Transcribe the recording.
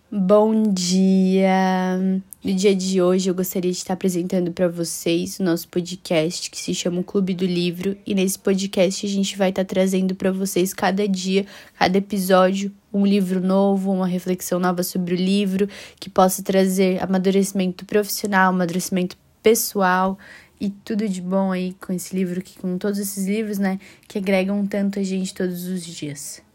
Bom dia! No dia de hoje eu gostaria de estar apresentando para vocês o nosso podcast que se chama o Clube do Livro, e nesse podcast a gente vai estar trazendo para vocês cada dia, cada episódio, um livro novo, uma reflexão nova sobre o livro, que possa trazer amadurecimento profissional, amadurecimento pessoal e tudo de bom aí com esse livro, com todos esses livros, né, que agregam tanto a gente todos os dias.